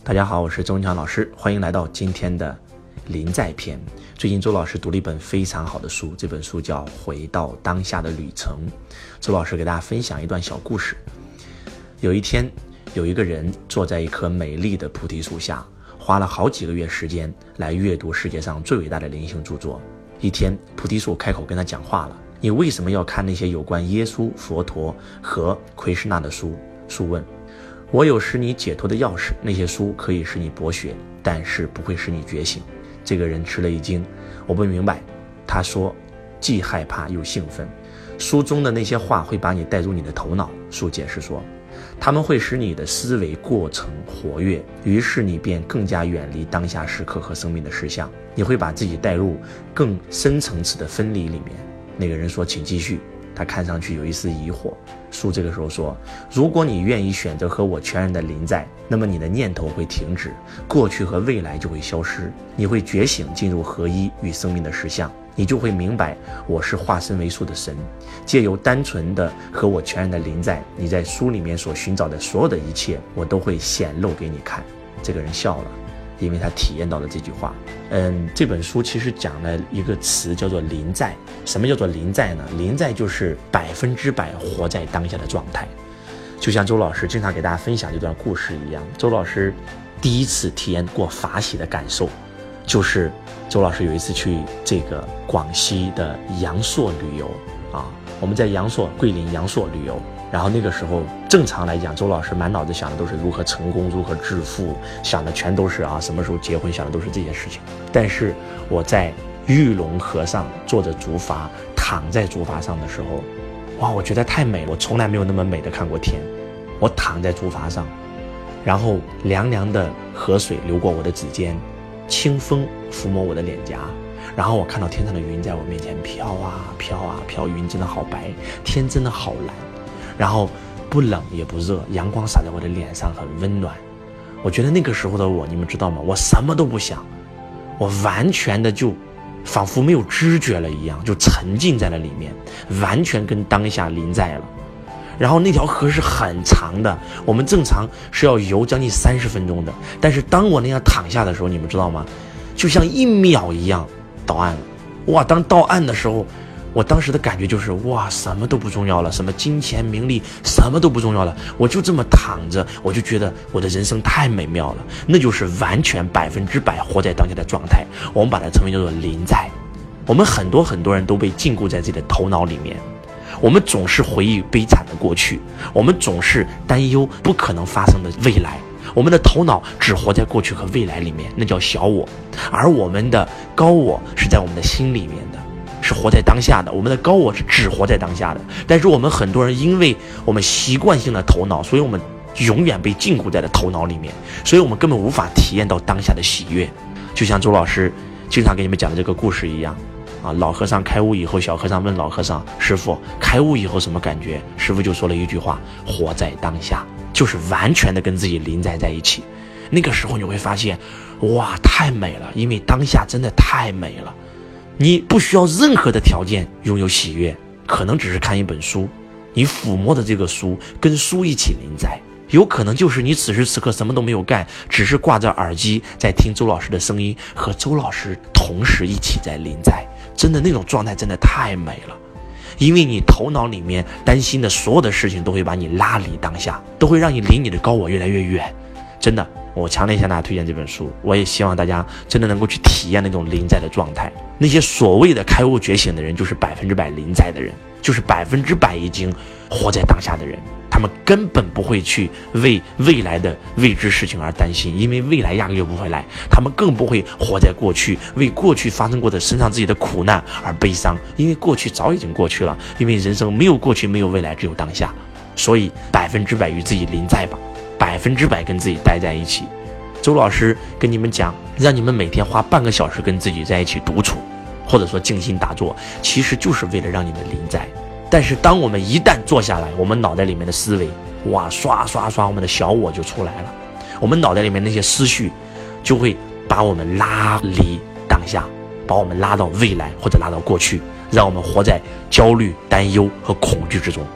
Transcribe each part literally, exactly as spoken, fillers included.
大家好，我是周文强老师，欢迎来到今天的临在篇。最近周老师读了一本非常好的书，这本书叫《回到当下的旅程》。周老师给大家分享一段小故事。有一天，有一个人坐在一棵美丽的菩提树下，花了好几个月时间来阅读世界上最伟大的灵性著作。一天，菩提树开口跟他讲话了：你为什么要看那些有关耶稣、佛陀和奎师那的书？树问。我有使你解脱的钥匙，那些书可以使你博学，但是不会使你觉醒。这个人吃了一惊，我不明白。他说，既害怕又兴奋。书中的那些话会把你带入你的头脑，书解释说，他们会使你的思维过程活跃，于是你便更加远离当下时刻和生命的实相，你会把自己带入更深层次的分离里面。那个人说，请继续。他看上去有一丝疑惑。书这个时候说，如果你愿意选择和我全然的临在，那么你的念头会停止，过去和未来就会消失，你会觉醒，进入合一与生命的实相，你就会明白我是化身为树的神。借由单纯的和我全然的临在，你在书里面所寻找的所有的一切，我都会显露给你看。这个人笑了，因为他体验到了这句话。嗯，这本书其实讲了一个词叫做临在。什么叫做临在呢？临在就是百分之百活在当下的状态。就像周老师经常给大家分享这段故事一样，周老师第一次体验过法喜的感受，就是周老师有一次去这个广西的阳朔旅游啊，我们在阳朔桂林阳朔旅游。然后那个时候正常来讲，周老师满脑子想的都是如何成功，如何致富，想的全都是啊什么时候结婚，想的都是这些事情。但是我在玉龙河上坐着竹筏，躺在竹筏上的时候，哇，我觉得太美了，我从来没有那么美的看过天。我躺在竹筏上，然后凉凉的河水流过我的指尖，清风抚摸我的脸颊，然后我看到天上的云在我面前飘啊飘啊飘，云真的好白，天真的好蓝，然后不冷也不热，阳光洒在我的脸上很温暖。我觉得那个时候的我，你们知道吗？我什么都不想，我完全的就仿佛没有知觉了一样，就沉浸在了里面，完全跟当下临在了。然后那条河是很长的，我们正常是要游将近三十分钟的，但是当我那样躺下的时候，你们知道吗？就像一秒一样到岸了。哇，当到岸的时候，我当时的感觉就是哇，什么都不重要了，什么金钱名利什么都不重要了，我就这么躺着，我就觉得我的人生太美妙了。那就是完全百分之百活在当下的状态，我们把它称为叫做临在。我们很多很多人都被禁锢在自己的头脑里面，我们总是回忆悲惨的过去，我们总是担忧不可能发生的未来，我们的头脑只活在过去和未来里面，那叫小我。而我们的高我是在我们的心里面的，是活在当下的，我们的高我是只活在当下的。但是我们很多人因为我们习惯性的头脑，所以我们永远被禁锢在了头脑里面，所以我们根本无法体验到当下的喜悦。就像周老师经常给你们讲的这个故事一样啊，老和尚开悟以后，小和尚问老和尚，师父，开悟以后什么感觉？师父就说了一句话，活在当下，就是完全的跟自己临在在一起。那个时候你会发现，哇，太美了，因为当下真的太美了。你不需要任何的条件拥有喜悦，可能只是看一本书，你抚摸的这个书跟书一起临在，有可能就是你此时此刻什么都没有干，只是挂着耳机在听周老师的声音，和周老师同时一起在临在。真的那种状态真的太美了，因为你头脑里面担心的所有的事情都会把你拉离当下，都会让你离你的高我越来越远。真的，我强烈向大家推荐这本书，我也希望大家真的能够去体验那种临在的状态。那些所谓的开悟觉醒的人，就是百分之百临在的人，就是百分之百已经活在当下的人。他们根本不会去为未来的未知事情而担心，因为未来压根就不会来。他们更不会活在过去，为过去发生过的身上自己的苦难而悲伤，因为过去早已经过去了。因为人生没有过去，没有未来，只有当下。所以百分之百与自己临在吧，百分之百跟自己待在一起。周老师跟你们讲，让你们每天花半个小时跟自己在一起独处，或者说静心打坐，其实就是为了让你们临在。但是当我们一旦坐下来，我们脑袋里面的思维，哇，刷刷刷，我们的小我就出来了，我们脑袋里面那些思绪就会把我们拉离当下，把我们拉到未来或者拉到过去，让我们活在焦虑、担忧和恐惧之中。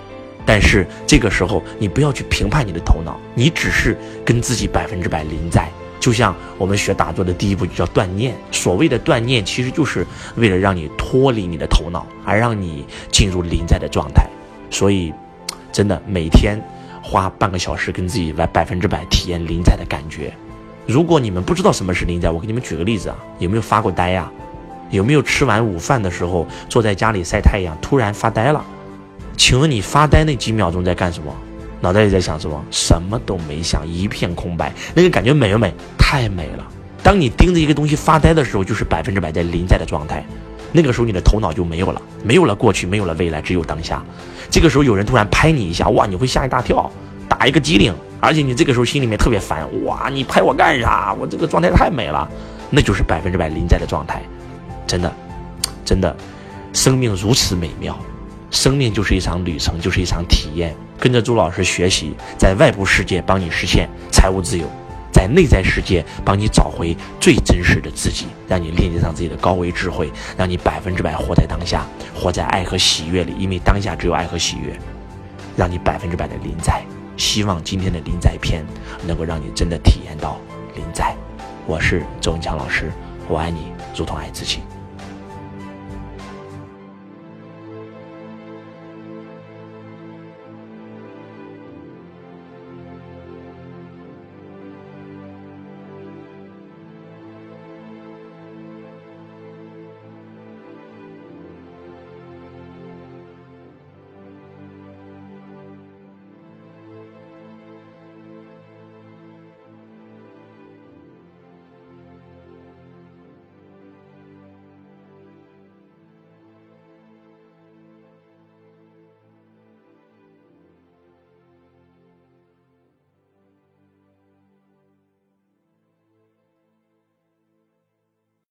但是这个时候你不要去评判你的头脑，你只是跟自己百分之百临在。就像我们学打坐的第一步就叫断念，所谓的断念其实就是为了让你脱离你的头脑，而让你进入临在的状态。所以真的每天花半个小时跟自己百分之百体验临在的感觉。如果你们不知道什么是临在，我给你们举个例子啊，有没有发过呆呀、啊？有没有吃完午饭的时候坐在家里晒太阳突然发呆了？请问你发呆那几秒钟在干什么？脑袋里在想什么？什么都没想，一片空白。那个感觉美不美？太美了。当你盯着一个东西发呆的时候，就是百分之百在临在的状态。那个时候你的头脑就没有了，没有了过去，没有了未来，只有当下。这个时候有人突然拍你一下，哇，你会吓一大跳，打一个激灵，而且你这个时候心里面特别烦，哇，你拍我干啥？我这个状态太美了，那就是百分之百临在的状态。真的，真的，生命如此美妙。生命就是一场旅程，就是一场体验。跟着周老师学习，在外部世界帮你实现财务自由，在内在世界帮你找回最真实的自己，让你链接上自己的高维智慧，让你百分之百活在当下，活在爱和喜悦里，因为当下只有爱和喜悦，让你百分之百的临在。希望今天的临在篇能够让你真的体验到临在。我是周文强老师，我爱你如同爱自己。